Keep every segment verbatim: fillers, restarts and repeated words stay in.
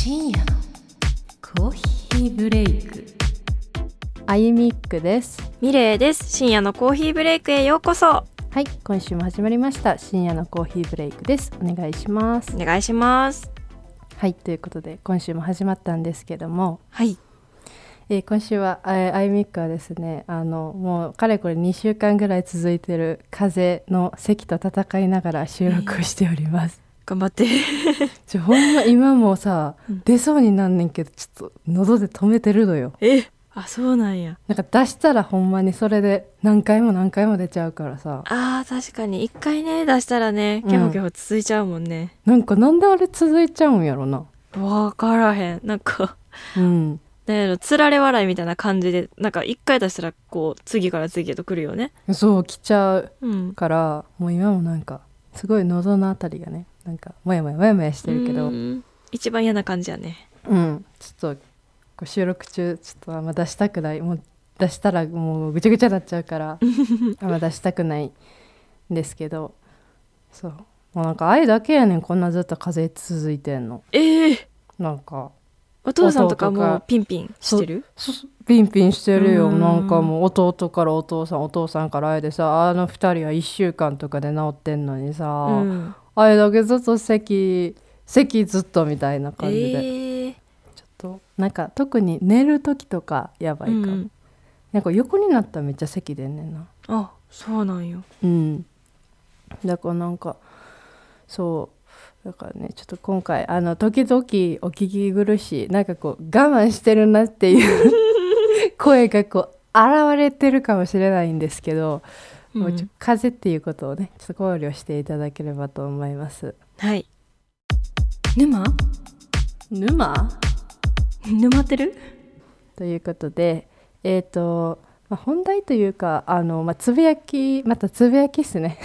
深夜のコーヒーブレイク。 あゆみっくです。 ミレイです。深夜のコーヒーブレイクへようこそ。 はい、今週も始まりました深夜のコーヒーブレイクです。お願いします。 お願いします。 はい、ということで今週も始まったんですけども、 はい、 えー、今週はああゆみっくはですね、あのもうかれこれにしゅうかんぐらい続いている風邪の咳と戦いながら収録をしております、 えー、頑張ってちょほんま今もさ、うん、出そうになんねんけどちょっと喉で止めてるのよ。 えあ、そうなんや。 なんか出したらほんまにそれで何回も何回も出ちゃうからさ。 あー確かに一回ね出したらねキャホキャホ続いちゃうもんね、 うん、なんかなんであれ続いちゃうんやろな。 わからへん。なんかうんなんやろ、つられ笑いみたいな感じでなんか一回出したらこう次から次へと来るよね。 そう来ちゃうから、 うん、 もう今もなんかすごい喉のあたりがねなんかもやもやもやもやしてるけど、 うん一番嫌な感じやね。 うんちょっとこう収録中ちょっとあんま出したくない、もう出したらもうぐちゃぐちゃになっちゃうからあんま出したくないんですけど、そうもうなんか愛だけやねん、こんなずっと風邪続いてんの。 えー、 なんかお父さんとかもピンピンしてる？ ピンピンしてるよ。なんかもう弟からお父さんお父さんからあれでさ、あのふたりはいっしゅうかんとかで治ってんのにさ、うん、あれだけずっと咳咳ずっとみたいな感じで、えー、ちょっとなんか特に寝る時とかやばいかも、うん、なんか横になったらめっちゃ咳出んねんな。 あ、そうなんよ。 うんだからなんかそうだからね、ちょっと今回あの時々お聞き苦しいなんかこう我慢してるなっていう声がこう現れてるかもしれないんですけど、うん、もうちょ風邪っていうことをねちょっと考慮していただければと思います。 はい。 沼沼沼ってるということで、えーとまあ、本題というかあの、まあ、つぶやきまたつぶやきっすね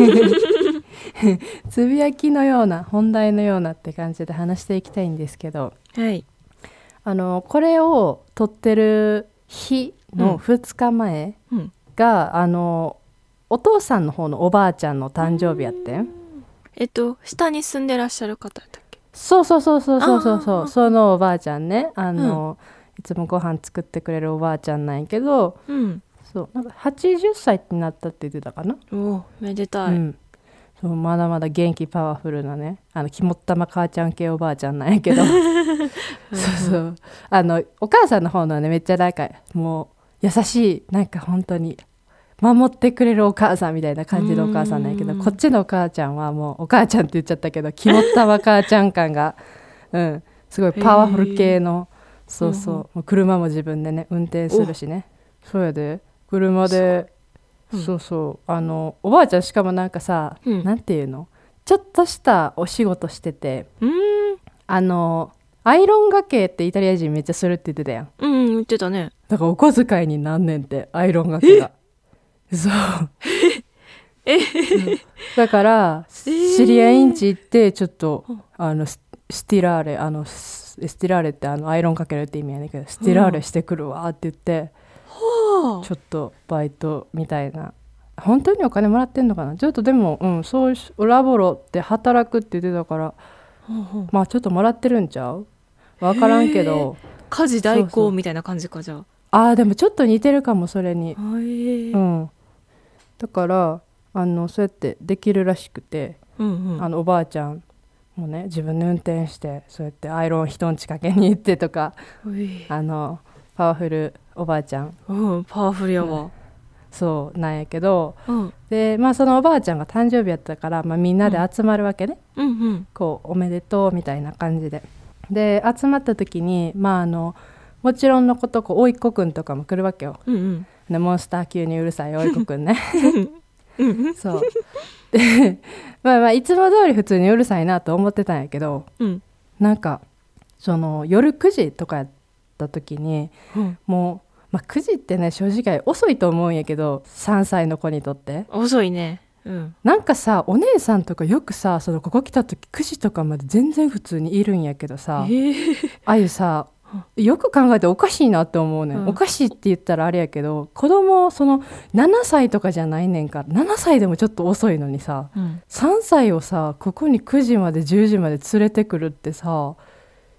つぶやきのような本題のようなって感じで話していきたいんですけど、 はい、 あのこれを撮ってる日のふつかまえが、うん、あのお父さんの方のおばあちゃんの誕生日やってん。 えっと下に住んでらっしゃる方やったっけ？ そうそうそうそうそうそうそう、そのおばあちゃんね、あの、うん、いつもご飯作ってくれるおばあちゃんなんやけど、うん、そうなんかはちじゅっさいになったって言ってたかな。 おめでたい、うん、 そうまだまだ元気パワフルなね、あの肝っ玉母ちゃん系おばあちゃんなんやけどそうそうあのお母さんの方のはねめっちゃなんかもう優しい、なんか本当に守ってくれるお母さんみたいな感じのお母さんなんやけど、こっちのお母ちゃんはもうお母ちゃんって言っちゃったけど肝っ玉母ちゃん感がうんすごいパワフル系の、そうそう、もう車も自分でね運転するしね。そうやで車でそう、うん、そうそうあのおばあちゃんしかもなんかさ、うん、なんていうのちょっとしたお仕事してて、うーんあのアイロンがけってイタリア人めっちゃするって言ってたやん。 うん言ってたね。 だからお小遣いになんねんってアイロンがけが。そうえだから知り合いんち行ってちょっとあのスティラーレあのスティラーレってあのアイロンかけるって意味やねんけど、スティラーレしてくるわって言って、うん、ちょっとバイトみたいな。本当にお金もらってんのかなちょっとでも、うん、そうラボロって働くって言ってたから、うんうん、まあちょっともらってるんちゃう分からんけど、 家事代行みたいな感じか。じゃああーでもちょっと似てるかもそれに、うん、だからあのそうやってできるらしくて、うんうん、あのおばあちゃんもね自分で運転してそうやってアイロン人んちかけに行ってとか、あのパワフルおばあちゃん、 うん、パワフルやわ、 うん、そうなんやけど、うん、でまあそのおばあちゃんが誕生日やったから、まあ、みんなで集まるわけね、うんうんうん、こうおめでとうみたいな感じでで集まった時にまああのもちろんのことこうおいっ子くんとかも来るわけよ、うんうんでモンスター級にうるさいおいっ子くんねそうでまあまあいつも通り普通にうるさいなと思ってたんやけど、うん、なんかその夜くじとかやった時に、うん、もう、まあ、くじってね正直遅いと思うんやけどさんさいの子にとって遅いね、うん、 なんかさお姉さんとかよくさそのここ来た時くじとかまで全然普通にいるんやけどさ、えー、ああいうさよく考えておかしいなって思うね、うん、おかしいって言ったらあれやけど子供そのななさいとかじゃないねんからななさいでもちょっと遅いのにさ、うん、さんさいをさここにくじまでじゅうじまで連れてくるってさ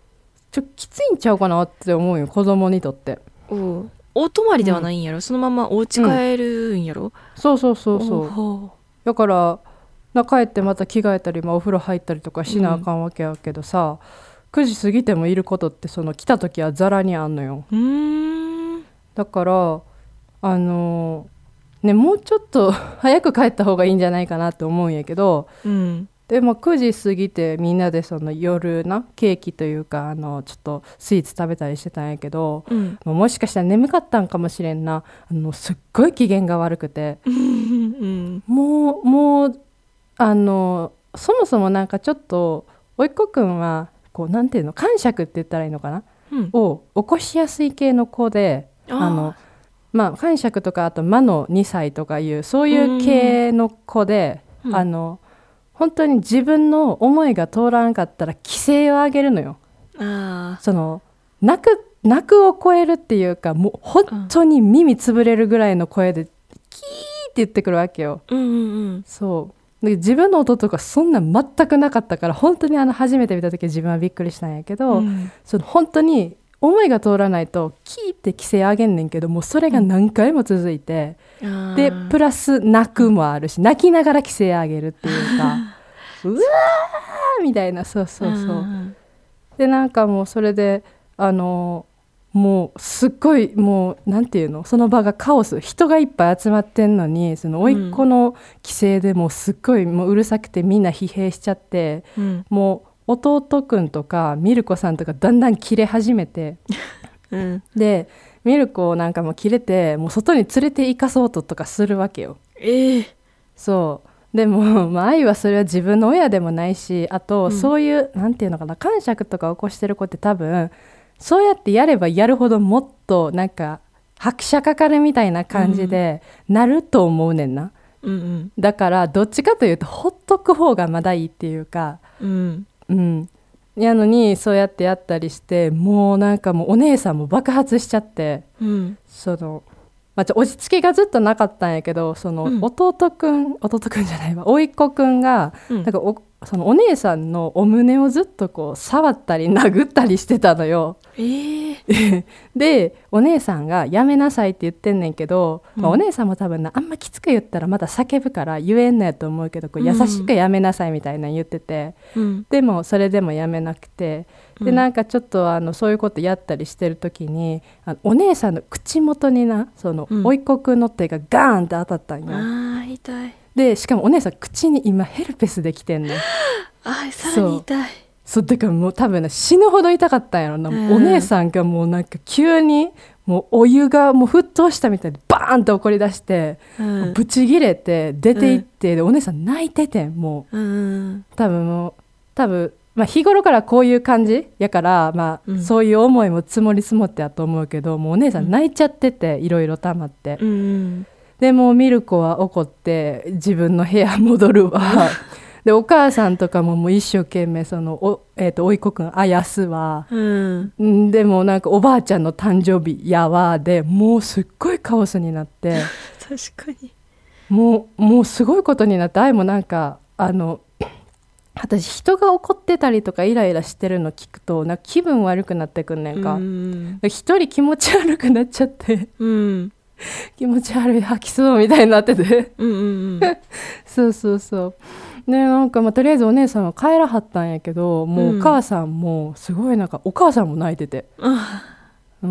ちょきついんちゃうかなって思うよ子供にとって。 おう大泊まりではないんやろ、うん、そのままお家帰るんやろ、うん、 そうそうそうそうだから帰ってまた着替えたり、まあ、お風呂入ったりとかしなあかんわけやけどさ、うん、くじ過ぎてもいることってその来た時はザラにあんのよ。 うーんだからあのねもうちょっと早く帰った方がいいんじゃないかなって思うんやけど、 うん、 でもくじ過ぎてみんなでその夜なケーキというかあのちょっとスイーツ食べたりしてたんやけど、うん、も, もしかしたら眠かったんかもしれんな。あのすっごい機嫌が悪くて、うん、もうもうあのそもそもなんかちょっとおいっ子くんはこうなんていうの癇癪って言ったらいいのかな、うん、を起こしやすい系の子で、あのまあ癇癪とかあと魔のにさいとかいうそういう系の子で、うん、あの本当に自分の思いが通らんかったら規制を上げるのよ。 あその泣く泣くを超えるっていうかもう本当に耳つぶれるぐらいの声でキーって言ってくるわけよ、 うんうんうん、 そうで自分の音とかそんな全くなかったから本当にあの初めて見た時は自分はびっくりしたんやけど、うん、その本当に思いが通らないとキーって規制上げんねんけどもうそれが何回も続いて、うん、でプラス泣くもあるし泣きながら規制上げるっていうかうわーみたいなそうそうそう、うん、でなんかもうそれであのもうすっごいもうなんていうのその場がカオス人がいっぱい集まってんのにその甥っ子の規制でもうすっごいもううるさくてみんな疲弊しちゃって、うん、もう弟くんとかミルコさんとかだんだん切れ始めて、うん、でミルコなんかも切れてもう外に連れて行かそうととかするわけよ。 えー、 そうでも、まあ、愛はそれは自分の親でもないしあと、うん、そういうなんていうのかな癇癪とか起こしてる子って多分そうやってやればやるほどもっとなんか拍車かかるみたいな感じでなると思うねんな、うんうん、だからどっちかというとほっとく方がまだいいっていうか、うんうん、やのにそうやってやったりしてもうなんかもうお姉さんも爆発しちゃって、うん、その、まあ、ちょ落ち着きがずっとなかったんやけどその、うん、弟くん弟くんじゃないわ甥っ子くんが、うん、なんかおそのお姉さんのお胸をずっとこう触ったり殴ったりしてたのよ、 えー、 でお姉さんがやめなさいって言ってんねんけど、うんまあ、お姉さんも多分なあんまきつく言ったらまた叫ぶから言えんのやと思うけどこう優しくやめなさいみたいなの言ってて、うん、でもそれでもやめなくてでなんかちょっとあのそういうことやったりしてる時にあのお姉さんの口元になその、うん、甥っ子くんの手がガーンって当たったんよ。 あー痛い。 でしかもお姉さん口に今ヘルペスできてんのあさらに痛い。 そうだからもう多分、ね、死ぬほど痛かったんやろな、うん、お姉さんがもうなんか急にもうお湯がもう沸騰したみたいでバーンと怒り出して、うん、ブチギレて出て行って、うん、でお姉さん泣いててもう、うん、多分もう多分、まあ、日頃からこういう感じやから、まあうん、そういう思いも積もり積もってやと思うけどもうお姉さん泣いちゃってていろいろ溜まって、うん、でもうミルコは怒って自分の部屋戻るわでお母さんとかももう一生懸命そのお、えー、とおいっ子くんあやすわ、うん、でもなんかおばあちゃんの誕生日やわでもうすっごいカオスになって確かにもう、もうすごいことになってあいもなんかあの私人が怒ってたりとかイライラしてるの聞くとなんか気分悪くなってくんねんか、うん、一人気持ち悪くなっちゃって、うん、気持ち悪い吐きそうみたいになっててうんうん、うん、そうそうそうでなんかまあとりあえずお姉さんは帰らはったんやけどもうお母さんもすごいなんかお母さんも泣いてて、うん、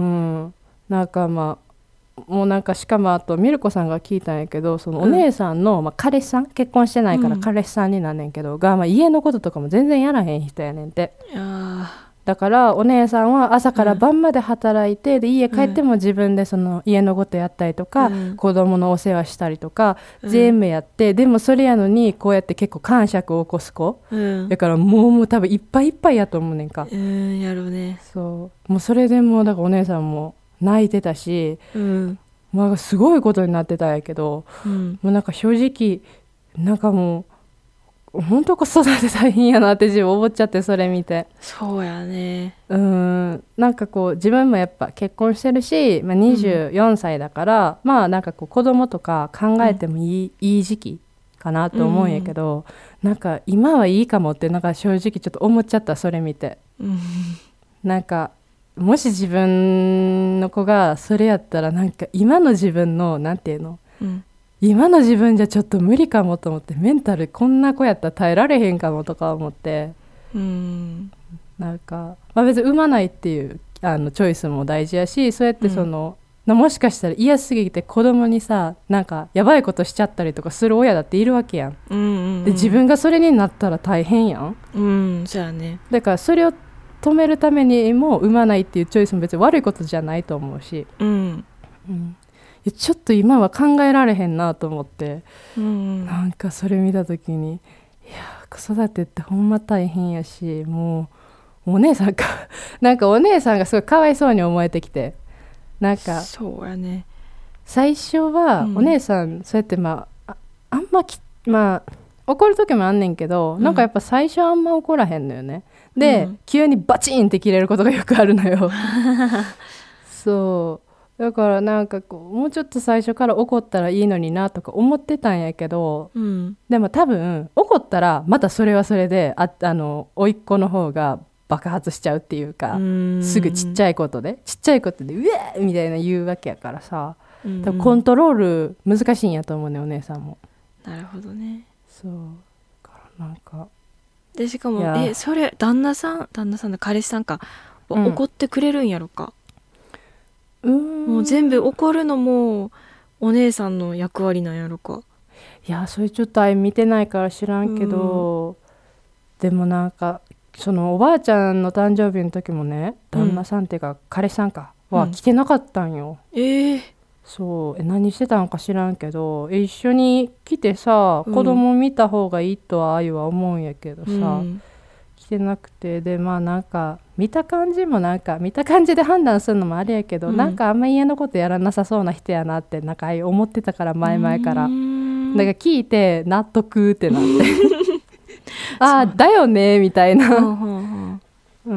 なんかまあもうなんかしかもあとミルコさんが聞いたんやけどそのお姉さんの、まあ、彼氏さん結婚してないから彼氏さんになんねんけど、うん、が、まあ、家のこととかも全然やらへん人やねんて。いやだからお姉さんは朝から晩まで働いて、うん、で家帰っても自分でその家のことやったりとか、うん、子供のお世話したりとか、うん、全部やってでもそれやのにこうやって結構癇癪を起こす子、うん、だからもう、もう多分いっぱいいっぱいやと思うねんか、 うん、やろうね。 そうもうそれでもうだからお姉さんも泣いてたし、うん、まあ、すごいことになってたんやけど、うん、もうなんか正直なんかもう本当子育て大変やなって自分思っちゃってそれ見て。 そうやね。 うんなんかこう自分もやっぱ結婚してるし、まあ、にじゅうよんさいだから、うん、まあなんかこう子供とか考えてもいい、うん、いい時期かなと思うんやけど、うん、なんか今はいいかもってなんか正直ちょっと思っちゃったそれ見て、うん、 なんかもし自分の子がそれやったらなんか今の自分のなんていうの、 うん、 今の自分じゃちょっと無理かもと思って、メンタルこんな子やったら耐えられへんかもとか思って、 うん、 なんか、まあ、別に産まないっていうあのチョイスも大事やし、そうやってその、うん、もしかしたら嫌すぎて子供にさなんかやばいことしちゃったりとかする親だっているわけやん、 うんうんうん、 で自分がそれになったら大変やん、 うん、そうやね。 だからそれを止めるためにも産まないっていうチョイスも別に悪いことじゃないと思うし、 うんうん、いやちょっと今は考えられへんなと思って、 うん、 なんかそれ見た時に、いや子育てってほんま大変やし、もうお姉さんかなんかお姉さんがすごいかわいそうに思えてきて、なんかそうやね。 最初はお姉さん、うん、そうやってまあ あ, あんまきまあ怒る時もあんねんけど、うん、なんかやっぱ最初あんま怒らへんのよね。で、うん、急にバチンって切れることがよくあるのよそうだからなんかこうもうちょっと最初から怒ったらいいのになとか思ってたんやけど、うん、でも多分怒ったらまたそれはそれでああの甥っ子の方が爆発しちゃうっていうか、うーん、すぐちっちゃいことでちっちゃいことでうえーみたいな言うわけやからさ、多分コントロール難しいんやと思うねお姉さんも。 なるほどね。そうだからなんかでしかもえそれ旦那さん旦那さんの彼氏さんか、うん、怒ってくれるんやろか。うーん、もう全部怒るのもお姉さんの役割なんやろか。 いやそれちょっとあれ見てないから知らんけど、うん、でもなんかそのおばあちゃんの誕生日の時もね、旦那さんっていうか、うん、彼氏さんかは来てなかったんよ、 うん、えー、 そうえ何してたんか知らんけど一緒に来てさ、うん、子供見た方がいいとはあゆは思うんやけどさ、うん、来てなくて、でまあなんか見た感じもなんか見た感じで判断するのもあれやけど、うん、なんかあんま家のことやらなさそうな人やなってなんか思ってたから前々から、だから聞いて納得ってなってああだよねみたいなうん、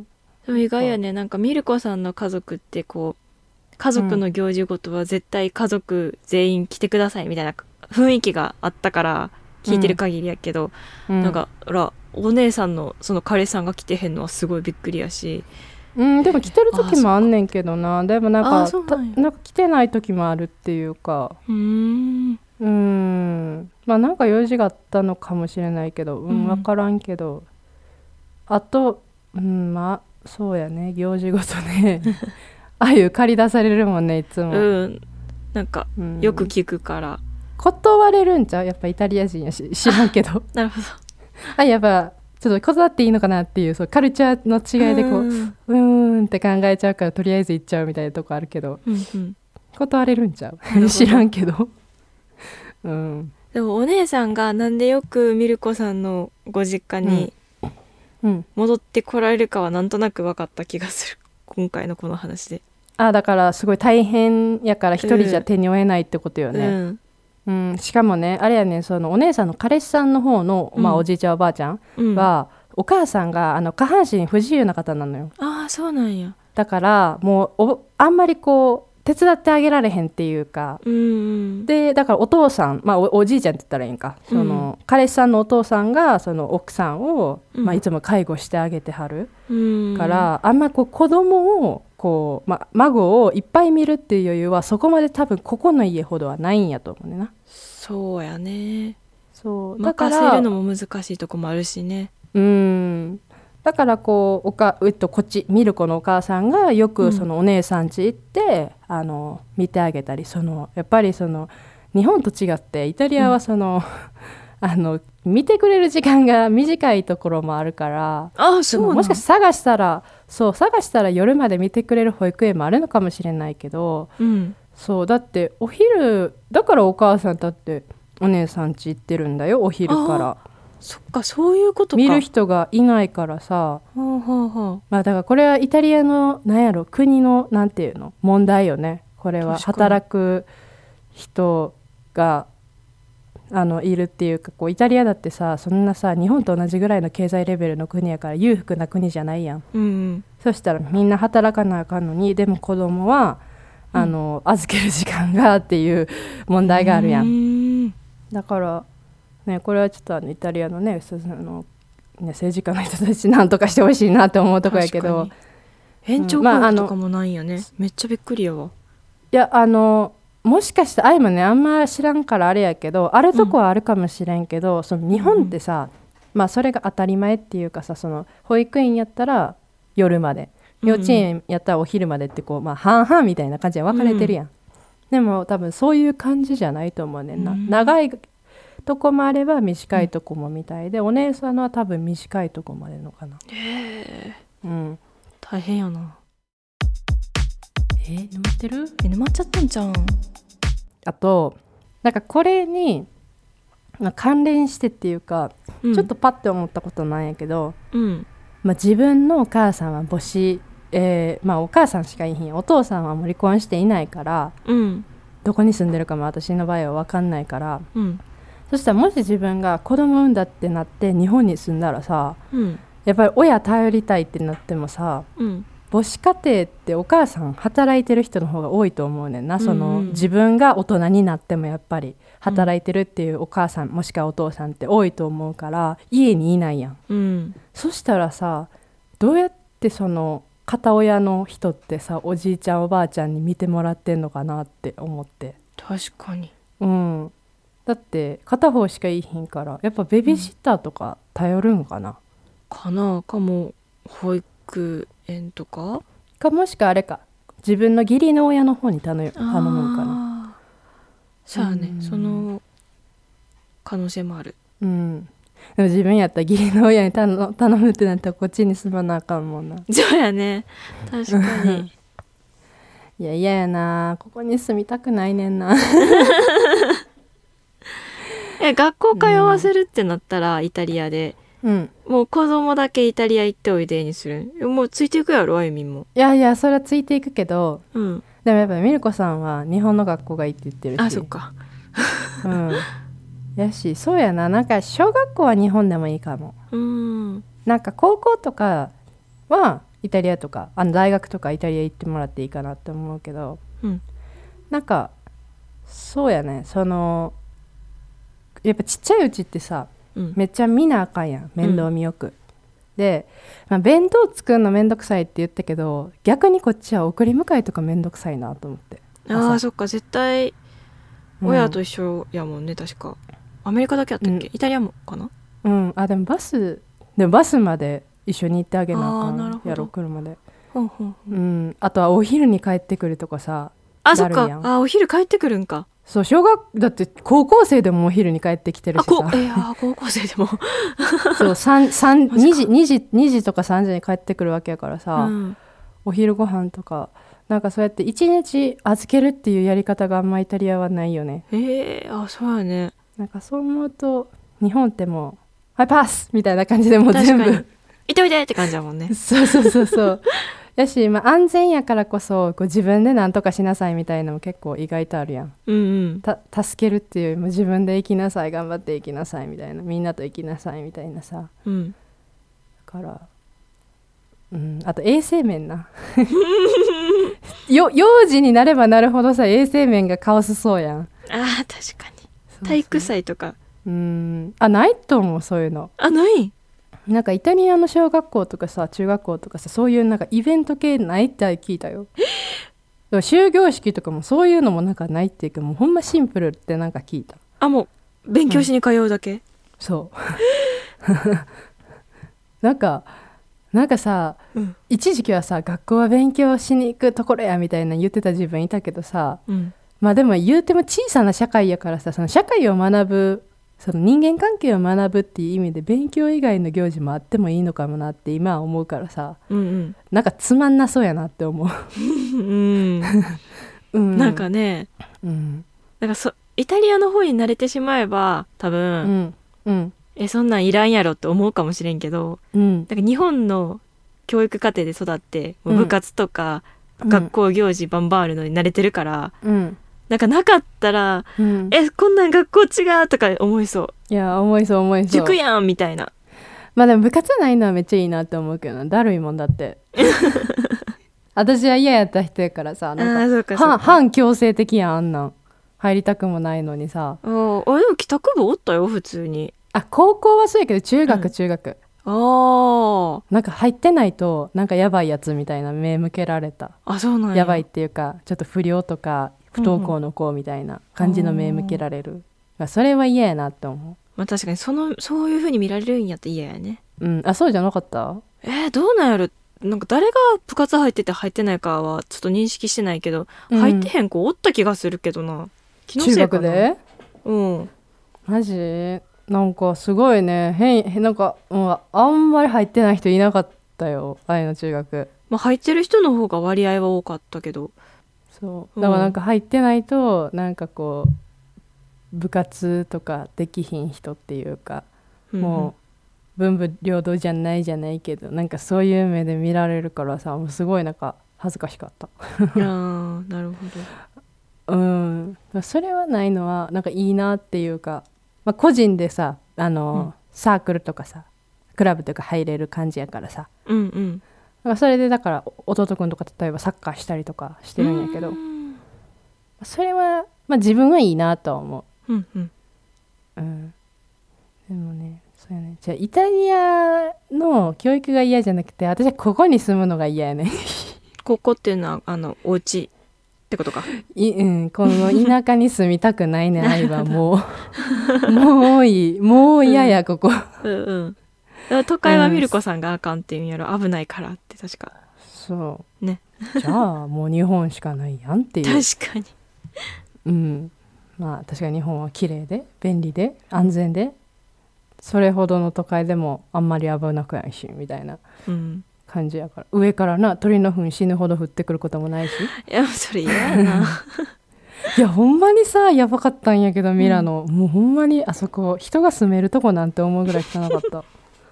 でも意外やね。なんかミルコさんの家族ってこう家族の行事ごとは絶対家族全員来てくださいみたいな雰囲気があったから聞いてる限りやけど、うん、なんからお姉さんのその彼氏さんが来てへんのはすごいびっくりやし、 うん、でも来てる時もあんねんけどな。でもなんかなんなんか来てない時もあるっていうか、うーんうーんまあなんか用事があったのかもしれないけど、うん、分からんけど、あと、うん、まあそうやね行事ごとねああいう借り出されるもんねいつも、 うん、なんかよく聞くから、うん、 断れるんちゃうやっぱイタリア人やし知らんけどなるほどあやっぱちょっと断っていいのかなっていう、そうカルチャーの違いでこううーんって考えちゃうからとりあえず行っちゃうみたいなとこあるけど、うんうん、断れるんちゃう知らんけどうん、 でもお姉さんがなんでよくミルコさんのご実家に戻ってこられるかはなんとなく分かった気がする今回のこの話で。 あだからすごい大変やから一人じゃ手に負えないってことよね、うんうん、しかもねあれやねそのお姉さんの彼氏さんの方の、まあ、おじいちゃんおばあちゃんは、うん、お母さんがあの下半身不自由な方なのよ。 ああそうなんや。 だからもうおあんまりこう手伝ってあげられへんっていうか、うんうん、でだからお父さん、まあ、お, おじいちゃんって言ったらいいんか、その、うん、彼氏さんのお父さんがその奥さんを、うんまあ、いつも介護してあげてはる、うん、からあんまこう子供をこう、まあ、孫をいっぱい見るっていう余裕はそこまで多分ここの家ほどはないんやと思うねんな。 そうやね。 そうだから任せるのも難しいとこもあるしね。 うんだからこうおか、えっと、こっちミルコのお母さんがよくそのお姉さん家行って、うん、あの見てあげたり、そのやっぱりその日本と違ってイタリアはその、うん、あの見てくれる時間が短いところもあるから、 あそうもしかして探したらそう探したら夜まで見てくれる保育園もあるのかもしれないけど、うん、そうだってお昼だからお母さんだってお姉さん家行ってるんだよお昼から。 そっかそういうことか。 見る人がいないからさ、ほうほうほう、まあ、だからこれはイタリアのなんやろ国のなんていうの問題よね。これは働く人があのいるっていうか、こうイタリアだってさそんなさ日本と同じぐらいの経済レベルの国やから裕福な国じゃないやん、うんうん、そしたらみんな働かなあかんのにでも子供はあの、うん、預ける時間がっていう問題があるやん。うんだからね、これはちょっとあのイタリアのね、そのね政治家の人たちなんとかしてほしいなって思うとこやけど、 延長まああのコードとかもないんやね、めっちゃびっくりやわ。 いやあのもしかしてあいもねあんま知らんからあれやけどあるとこはあるかもしれんけど、その日本ってさ、まあそれが当たり前っていうかさ、その保育園やったら夜まで、幼稚園やったらお昼までってこう、まあ、半々みたいな感じで分かれてるやん、うん、でも多分そういう感じじゃないと思うねんな、うん、長いとこもあれば短いとこもみたいで、うん、お姉さんのは多分短いとこまでのかな。 へえ、 うん、 大変やな。 えー、沼ってる？ え沼っちゃったんじゃん。 あとなんかこれに、まあ、関連してっていうか、うん、ちょっとパッて思ったことなんやけど、うんまあ、自分のお母さんは母子、えーまあ、お母さんしかいひん、お父さんはもう離婚していないから、うん、どこに住んでるかも私の場合は分かんないから、うん、そしたらもし自分が子供産んだってなって日本に住んだらさ、うん、やっぱり親頼りたいってなってもさ、うん母子家庭ってお母さん働いてる人の方が多いと思うねんな、その、うんうん、自分が大人になってもやっぱり働いてるっていうお母さん、うん、もしくはお父さんって多いと思うから家にいないやん、うん、そしたらさどうやってその片親の人ってさおじいちゃんおばあちゃんに見てもらってんのかなって思って。 確かに、 うん、だって片方しかいいひんからやっぱベビーシッターとか頼るんかな、うん、 かなかも保育園とかかもしくはあれか自分の義理の親の方に頼む頼むんかな。 そうやね、その可能性もある、 うん、でも自分やったら義理の親に頼頼むってなったらこっちに住まなあかんもんな。 そうやね確かにいや嫌やな、ここに住みたくないねんなえ学校通わせるってなったら、うん、イタリアでうん、もう子供だけイタリア行っておいでにする。もうついていくやろあゆみんも。 いやいやそれはついていくけど、うん、でもやっぱりミルコさんは日本の学校がいいって言ってるし。 あそっかうんやしそうやな、なんか小学校は日本でもいいかも。うんなんか高校とかはイタリアとかあの大学とかイタリア行ってもらっていいかなって思うけど、うん、なんかそうやね、そのやっぱちっちゃいうちってさうん、めっちゃ見なあかんやん面倒見よく、うん、で、まあ、弁当作るのめんどくさいって言ったけど逆にこっちは送り迎えとかめんどくさいなと思って。 ああそっか絶対親と一緒やもんね、うん、確かアメリカだけやったっけ、うん、イタリアもかな。 うんあでもバスでもバスまで一緒に行ってあげなあかんやろ車で。ほんほんほん、うん、あとはお昼に帰ってくるとかさあそっかあお昼帰ってくるんか。 そう小学だって高校生でもお昼に帰ってきてるしさ。 あこえー、高校生でもそうさん にじにじにじとかさんじに帰ってくるわけやからさ、うん、お昼ご飯とかなんかそうやっていちにち預けるっていうやり方があんまイタリアはないよね。 へえー、あそうやね。 なんかそう思うと日本ってもうはいパスみたいな感じでもう全部行っておいでって感じだもんね。 そうそうそうそうやし、まあ、安全やからこそこう自分で何とかしなさいみたいなのも結構意外とあるやん、うんうん、た助けるっていうよりも自分で生きなさい頑張って生きなさいみたいなみんなと生きなさいみたいなさ、うん、だから、うん、あと衛生面なよ幼児になればなるほどさ衛生面がカオスそうやん。 あ確かに体育祭とかうんあないと思うそういうの。 あないなんかイタリアの小学校とかさ中学校とかさそういうなんかイベント系ないって聞いたよ。終業式とかもそういうのもなんかないっていうかもうほんまシンプルってなんか聞いた。 あもう勉強しに通うだけ、うん、 そうなんかなんかさ、うん、一時期はさ学校は勉強しに行くところやみたいな言ってた自分いたけどさ、うん、まあでも言うても小さな社会やからさその社会を学ぶその人間関係を学ぶっていう意味で勉強以外の行事もあってもいいのかもなって今は思うからさ、うんうん、なんかつまんなそうやなって思う、うんうん、なんかね、うん、なんかそイタリアの方に慣れてしまえば多分、うんうん、えそんなんいらんやろって思うかもしれんけど、うん、なんか日本の教育課程で育ってもう部活とか、うん、学校行事バンバンあるのに慣れてるから、うんなんかなかったら、うん、えこんなん学校違うとか思いそう。 いや思いそう思いそう塾やんみたいな。 まあでも部活ないのはめっちゃいいなって思うけどなだるいもんだって私は嫌やった人やからさなんか反、反強制的やんあんなん入りたくもないのにさ。 ああでも帰宅部おったよ普通に。 あ高校はそうやけど中学、うん、中学あなんか入ってないとなんかやばいやつみたいな目向けられた。 あそうなんや。 やばいっていうかちょっと不良とか不登校の子みたいな感じの目向けられる、うん、それは嫌やなって思う。 まあ確かにそのそういう風に見られるんやって嫌やね。 うん、あそうじゃなかった？ えー、どうなんやろ。なんか誰が部活入ってて入ってないかはちょっと認識してないけど、うん、入ってへん子おった気がするけどな。気のせいかな。 中学で？ うんマジなんかすごいね変なんか、うん、あんまり入ってない人いなかったよああいうの中学。 まあ入ってる人の方が割合は多かったけど。 そうだからなんか入ってないとなんかこう部活とかできひん人っていうか、うんうん、もう文武両道じゃないじゃないけどなんかそういう目で見られるからさもうすごいなんか恥ずかしかったあーなるほどうんそれはないのはなんかいいなっていうか、まあ、個人でさあの、うん、サークルとかさクラブとか入れる感じやからさ、 うんうん、 だからそれでだから弟くんとか例えばサッカーしたりとかしてるんやけどそれは、まあ、自分はいいなとは思う、うんうんうん、でもねそうやねじゃあイタリアの教育が嫌じゃなくて私はここに住むのが嫌やねここっていうのはあのお家ってことかい、うん、この田舎に住みたくないね愛はもうもういいもう嫌や、うん、ここうんうん都会はミルコさんがあかんっていうんやろ危ないからって確かそうねじゃあもう日本しかないやんっていう確かにうんまあ確かに日本は綺麗で便利で安全でそれほどの都会でもあんまり危なくないしみたいな感じやから、うん、上からな鳥の糞死ぬほど降ってくることもないしいやそれ嫌やないやほんまにさやばかったんやけどミラノ、うん、もうほんまにあそこ人が住めるとこなんて思うぐらい汚かった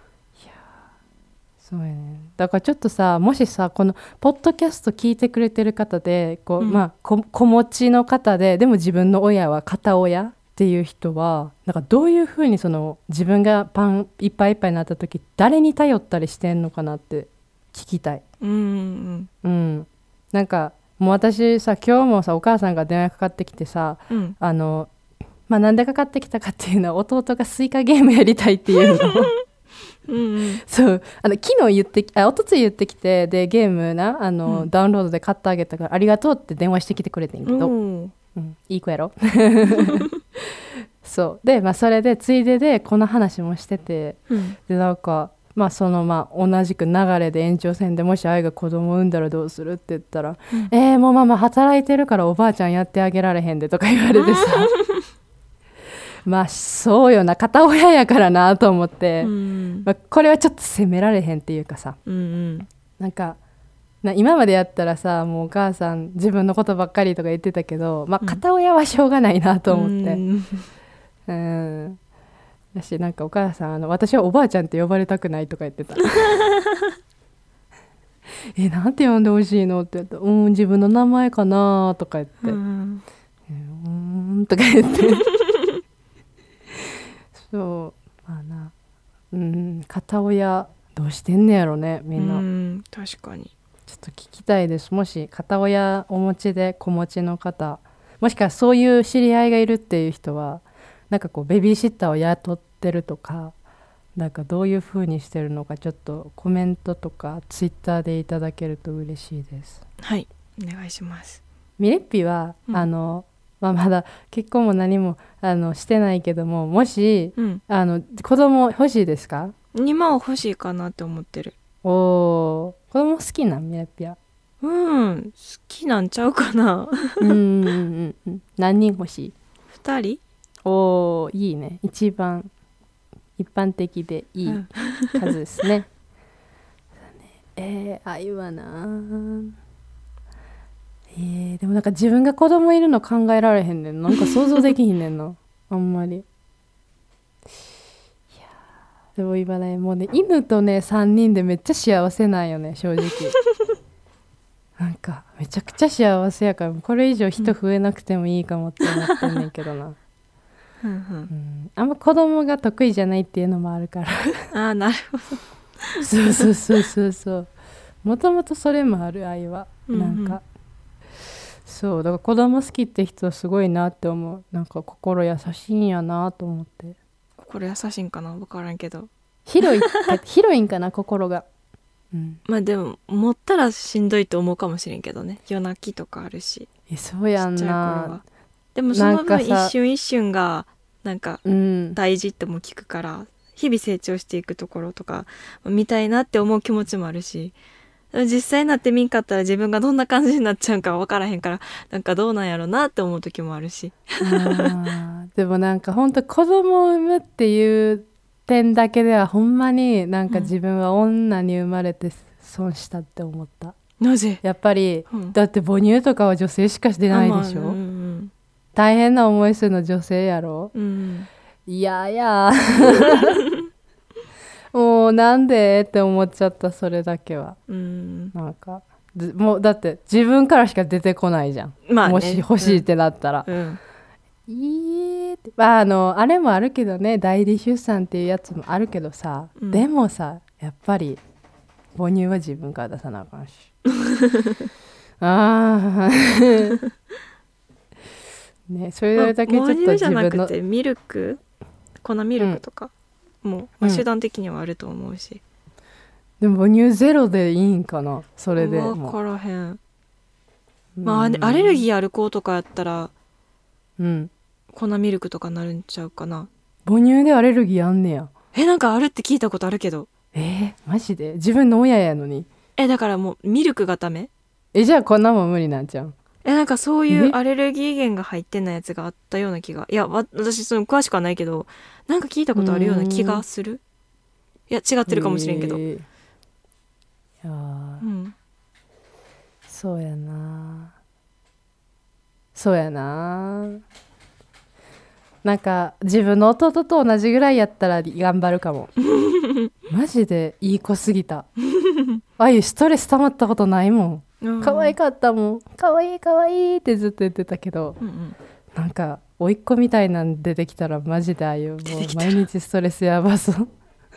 そうやね、だからちょっとさもしさこのポッドキャスト聞いてくれてる方でこう、うんまあ、子持ちの方ででも自分の親は片親っていう人はなんかどういうふうにその自分がパンいっぱいいっぱいになった時誰に頼ったりしてんのかなって聞きたい。 うんうんうん、なんかもう私さ今日もさお母さんが電話かかってきてさ、うん、あのまあなんでかかってきたかっていうのは弟がスイカゲームやりたいっていうのうんうん、 そうあの昨日言ってあ一昨日言ってきてでゲームなあの、うん、ダウンロードで買ってあげたからありがとうって電話してきてくれてんけど、うんうん、いい子やろそうで、まあ、それでついででこの話もしてて、うん、でなんかまあそのまあ同じく流れで延長戦でもし愛が子供産んだらどうするって言ったら、うん、えー、もうママ働いてるからおばあちゃんやってあげられへんでとか言われてさまあそうよな片親やからなと思って、うんまあ、これはちょっと責められへんっていうかさ、うんうん、なんかな今までやったらさもうお母さん自分のことばっかりとか言ってたけど、まあ、片親はしょうがないなと思って、うん、うんだしなんかお母さんあの私はおばあちゃんって呼ばれたくないとか言ってたえなんて呼んでほしいのって言ったらうん自分の名前かなとか言って、うん、うーんとか言ってそうまあなうん片親どうしてんねやろねみんな。 うん確かにちょっと聞きたいです。もし片親お持ちで子持ちの方もしくはそういう知り合いがいるっていう人はなんかこうベビーシッターを雇ってるとかなんかどういう風にしてるのかちょっとコメントとかツイッターでいただけると嬉しいです。 はいお願いします。 ミレッピは、うん、あのまあ、まだ結婚も何もあのしてないけどももし、うん、あの子供欲しいですか？ にまん欲しいかなって思ってる。 おー子供好きなんミレッピは。 うん好きなんちゃうかなうんうんうん何人欲しい？ ふたり。 おーいいね一番一般的でいい数ですね、うん、えー、愛はなえー、でもなんか自分が子供いるの考えられへんねんなんか想像できひんねんなあんまり。いやでも今ねもうね犬とねさんにんでめっちゃ幸せなんよね正直なんかめちゃくちゃ幸せやからこれ以上人増えなくてもいいかもって思ってんねんけどなうんうん、あんま子供が得意じゃないっていうのもあるからあーなるほどそうそうそうそうそうもともとそれもある愛は、うんうん、なんかそうだから子供好きって人はすごいなって思うなんか心優しいんやなと思って。 心優しいんかな分からんけど広い広いんかな心が、うん、 まあでも持ったらしんどいと思うかもしれんけどね。夜泣きとかあるし。 えそうやんちっちゃい頃なは。でもその分なんかさ一瞬一瞬がなんかうん大事っても聞くから、日々成長していくところとか見たいなって思う気持ちもあるし、実際になってみんかったら自分がどんな感じになっちゃうか分からへんから、なんかどうなんやろなって思う時もあるし。 あーでもなんかほんと子供を産むっていう点だけではほんまになんか自分は女に生まれて損したって思った、 なぜ？ やっぱり、 うんだって母乳とかは女性しかしてないでしょ、 あまあうん大変な思いするの女性やろ、 うんうんいやいやもうなんでって思っちゃった。それだけはうんなんかずもうだって自分からしか出てこないじゃん、 まあねもし欲しいってなったら、 うんうんいいって、まあ、あのあれもあるけどね、代理出産っていうやつもあるけどさ、 うんでもさやっぱり母乳は自分から出さなあかんしああね、それだけちょっとまあ母乳じゃ自分のなくてミルク粉ミルクとかも、 うんまあ手段的にはあると思うし、 でも母乳ゼロでいいんかな、それで分もからへん。 うまあアレアレルギーある子とかやったらうん粉ミルクとかなるんちゃうかな。 母乳でアレルギーあんねや。 えなんかあるって聞いたことあるけど、 えー、マジで自分の親やのに。 えだからもうミルクがダメ。 えじゃあこんなもん無理なんちゃう。 えなんかそういうえアレルギー源が入ってんなやつがあったような気が、いやわ私その詳しくはないけどなんか聞いたことあるような気がする。いや違ってるかもしれんけど、 えーいやーうんそうやなそうやななんか自分の弟と同じぐらいやったら頑張るかもマジでいい子すぎたああいうストレス溜まったことないもん。可愛かったもん。可愛い可愛いってずっと言ってたけど、 うんうんなんか甥っ子みたいなん出てきたらマジでああいうもう毎日ストレスやばそう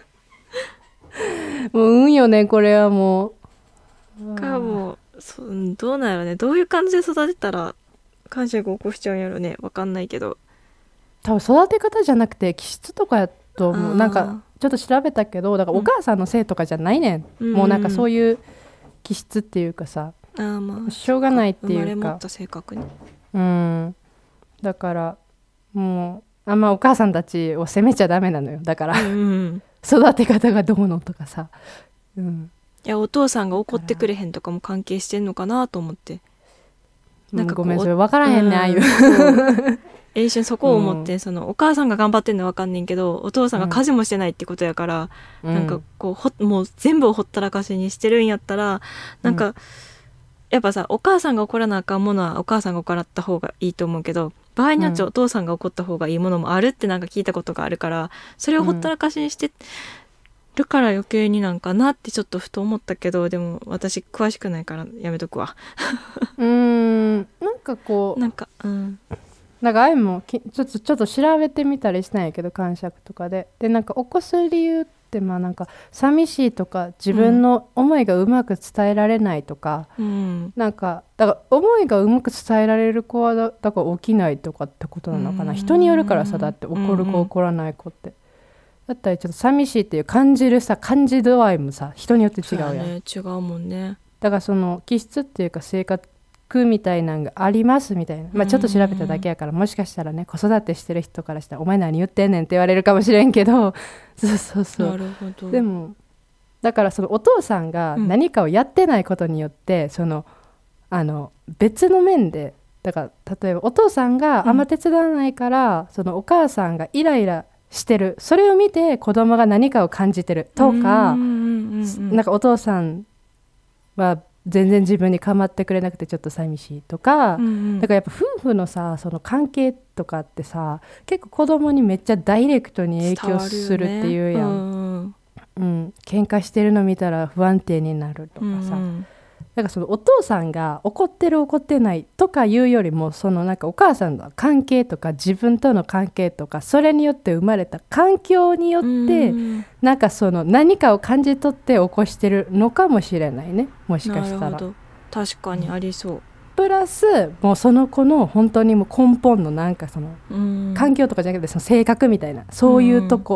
もう運よねこれはもう。 かもうそどうなんやろね、どういう感じで育てたら感触起こしちゃうんやろね、わかんないけど。 多分育て方じゃなくて気質とかやと思う。 あーなんかちょっと調べたけどだからお母さんのせいとかじゃないねん、 うん、 もうなんかそういう気質っていうかさ、 あーまあしょうがないっていうか生まれ持った性格に。 うんだからもうあんまお母さんたちを責めちゃダメなのよ。だからうんうん育て方がどうのとかさ、うん、 いやお父さんが怒ってくれへんとかも関係してんのかなと思って、なんかこうごめんそれ分からへんね、 うんああいうそう一瞬そこを思って、 うんそのお母さんが頑張ってんのは分かんねんけどお父さんが家事もしてないってことやから、 うんなんかこうほもう全部をほったらかしにしてるんやったらなんか、 うやっぱさお母さんが怒らなあかんものはお母さんが怒らった方がいいと思うけど、場合によってはお父さんが怒った方がいいものもあるってなんか聞いたことがあるから、それをほったらかしにしてるから余計になんかなってちょっとふと思ったけど、でも私詳しくないからやめとくわ。 うーんなんかこうなんかうんなんかあいもきちょっとちょっと調べてみたりしたんやけど感触とかででなんか起こす理由ってまあなんか寂しいとか自分の思いがうまく伝えられないとか、 うんなんかだから思いがうまく伝えられる子はだだから起きないとかってことなのかな、 うん人によるからさだって怒るうん子怒らない子ってだったりちょっと寂しいっていう感じるさ感じ度合いもさ人によって違うやん。 そうやね、違うもんね。 だからその気質っていうか性格みたいなんがありますみたいな、まあ、ちょっと調べただけやからもしかしたらね子育てしてる人からしたらお前何言ってんねんって言われるかもしれんけどそうそうそうなるほど。 でもだからそのお父さんが何かをやってないことによって、うん、そのあの別の面でだから例えばお父さんがあんま手伝わないから、うん、そのお母さんがイライラしてるそれを見て子供が何かを感じてるとか、 うんうんうんうん、 なんかお父さんは全然自分に構ってくれなくてちょっと寂しいとか、うんうん、だからやっぱ夫婦のさその関係とかってさ結構子供にめっちゃダイレクトに影響するっていうやん、うんうん、喧嘩してるの見たら不安定になるとかさ、うんうん、だからそのお父さんが怒ってる怒ってないとかいうよりもそのなんかお母さんの関係とか自分との関係とかそれによって生まれた環境によって、うん、なんかその何かを感じ取って起こしてるのかもしれないね、もしかしたら。 なるほど、確かにありそう、うん、 プラスもうその子の本当にもう根本のなんかその環境とかじゃなくてその性格みたいなそういうとこ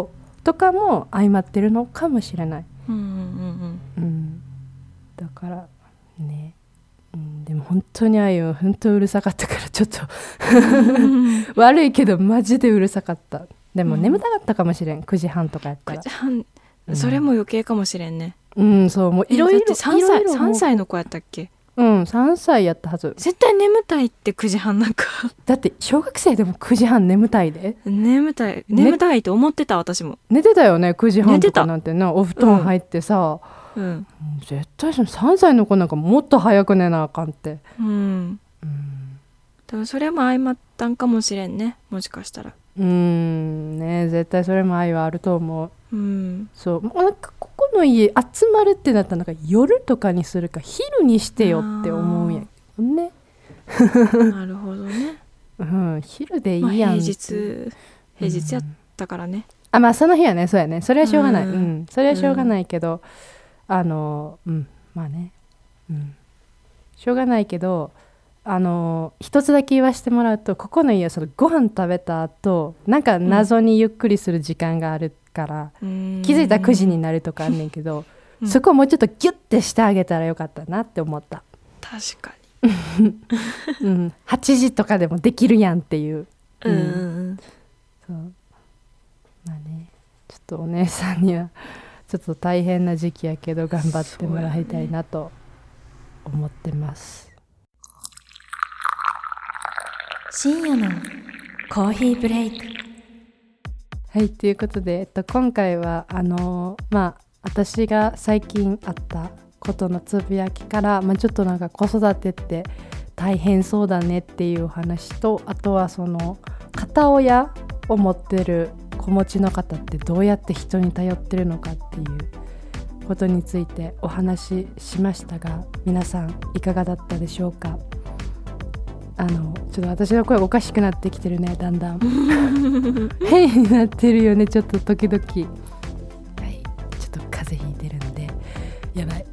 とかも相まってるのかもしれない、 うんうんうんうん、だからね、うん、でも本当にあゆは本当うるさかったからちょっと悪いけどマジでうるさかった。でも眠たかったかもしれん、くじはんとかやったら。 くじはん、それも余計かもしれんね。 うん、そうもういろいろ。だってさんさいさんさいの子やったっけ。 うん、さんさいやったはず。 絶対眠たいってくじはんなんかだって小学生でもくじはん眠たいで。 眠たい眠たいと思ってた、私も寝てたよねくじはんとかなんてな、お布団入ってさ、 うんうん、 絶対そのさんさいの子なんかもっと早く寝なあかんって、 うんうん多分それも相まったんかもしれんね、もしかしたら。 うんね、絶対それも愛はあると思う、 うん、 そうなんかここの家集まるってなったらなんか夜とかにするか昼にしてよって思うんやけどねなるほどね、 うん、昼でいいやん、 まあ、平日平日やったからね、 うん、あまあその日はねそうやね、それはしょうがない、 うんうん、それはしょうがないけど、うん、あのうんまあね、うん、しょうがないけどあの一つだけ言わせてもらうと、ここの家はそのご飯食べた後なんか謎にゆっくりする時間があるから、うん、気づいたらくじになるとかあんねんけど、うん、そこをもうちょっとギュッてしてあげたらよかったなって思った。 確かに、うん、はちじとかでもできるやんっていう、 うんうん、 そうまあね、ちょっとお姉さんにはちょっと大変な時期やけど頑張ってもらいたいなと思ってます。 深夜のコーヒーブレイク。 はい、ということで、えっと、今回はあのー、まあ私が最近あったことのつぶやきから、まあ、ちょっとなんか子育てって大変そうだねっていうお話と、あとはその片親を持ってる子持ちの方ってどうやって人に頼ってるのかっていうことについてお話ししましたが、皆さんいかがだったでしょうか。あのちょっと私の声おかしくなってきてるね、だんだん変になってるよね、ちょっと時々。はい、ちょっと風邪ひいてるのでやば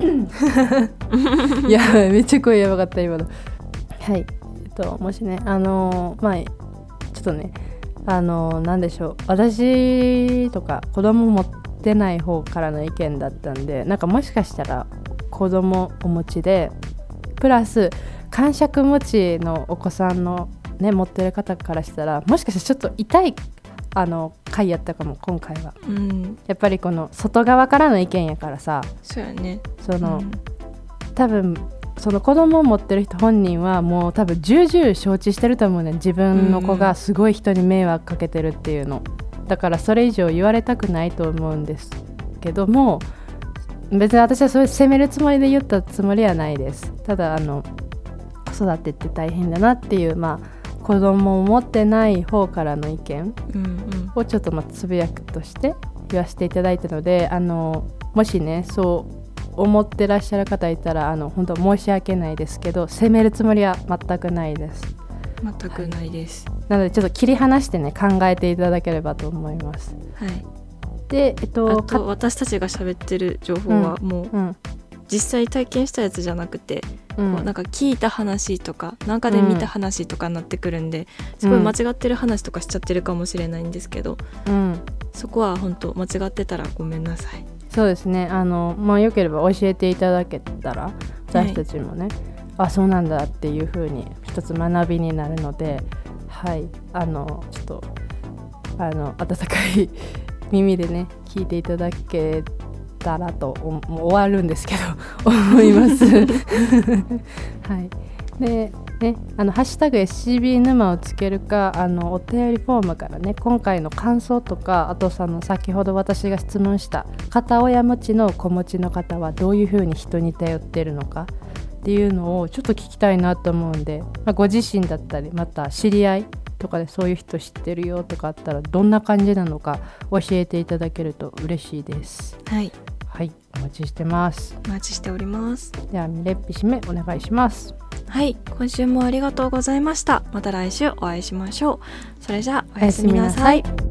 いやばい、めっちゃ声やばかった今の。はい、えっともしねあのまあちょっとねあのなんでしょう、私とか子供持ってない方からの意見だったんで、なんかもしかしたら子供お持ちでプラス癇癪持ちのお子さんのね持ってる方からしたら、もしかしたらちょっと痛いあの回やったかも今回は、うん、やっぱりこの外側からの意見やからさ、 そうやね、 その、うん、多分その子供を持ってる人本人はもう多分重々承知してると思うね、自分の子がすごい人に迷惑かけてるっていうの、だからそれ以上言われたくないと思うんですけども、別に私はそれ責めるつもりで言ったつもりはないです。ただあの子育てって大変だなっていう、まあ、子供を持ってない方からの意見をちょっとまあつぶやくとして言わせていただいたので、あのもしねそう思ってらっしゃる方いたらあの本当申し訳ないですけど、責めるつもりは全くないです。 全くないです、 はい、なのでちょっと切り離してね考えていただければと思います。 はい、 で、えっと、 あと私たちが喋ってる情報はもう、うんうん実際体験したやつじゃなくて、うん、こうなんか聞いた話とかなんかで見た話とかになってくるんで、うん、すごい間違ってる話とかしちゃってるかもしれないんですけど、うん、そこは本当間違ってたらごめんなさい。 そうですね、あの、まあ、よければ教えていただけたら私たちもね、はい、あそうなんだっていう風に一つ学びになるので、はいあのちょっとあの温かい耳でね聞いていただけたらともう終わるんですけど思いますはいでね、あのハッシュタグ エスシービー 沼をつけるかあのお便りフォームからね今回の感想とか、あとその先ほど私が質問した片親持ちの子持ちの方はどういうふうに人に頼ってるのかっていうのをちょっと聞きたいなと思うんで、まあ、ご自身だったりまた知り合いとかでそういう人知ってるよとかあったらどんな感じなのか教えていただけると嬉しいです。 はいはい、お待ちしてます。 お待ちしております。 ではミレッピ締めお願いします。 はい、今週もありがとうございました。また来週お会いしましょう。それじゃあおやすみなさい。